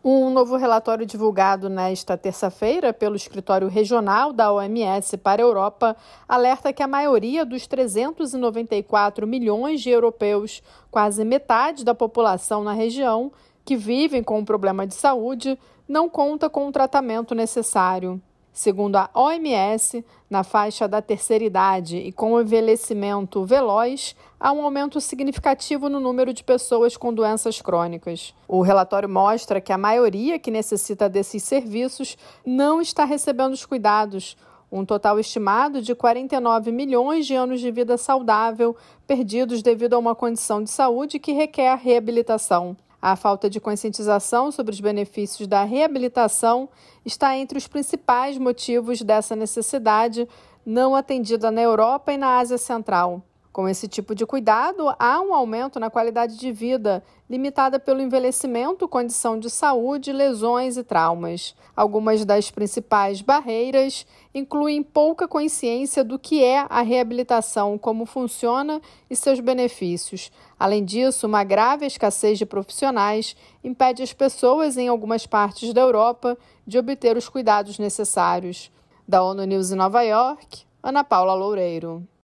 Um novo relatório divulgado nesta terça-feira pelo Escritório Regional da OMS para a Europa alerta que a maioria dos 394 milhões de europeus, quase metade da população na região, que vivem com um problema de saúde, não conta com o tratamento necessário. Segundo a OMS, na faixa da terceira idade e com o envelhecimento veloz, há um aumento significativo no número de pessoas com doenças crônicas. O relatório mostra que a maioria que necessita desses serviços não está recebendo os cuidados. Um total estimado de 49 milhões de anos de vida saudável perdidos devido a uma condição de saúde que requer reabilitação. A falta de conscientização sobre os benefícios da reabilitação está entre os principais motivos dessa necessidade não atendida na Europa e na Ásia Central. Com esse tipo de cuidado, há um aumento na qualidade de vida, limitada pelo envelhecimento, condição de saúde, lesões e traumas. Algumas das principais barreiras incluem pouca consciência do que é a reabilitação, como funciona e seus benefícios. Além disso, uma grave escassez de profissionais impede as pessoas em algumas partes da Europa de obter os cuidados necessários. Da ONU News em Nova York, Ana Paula Loureiro.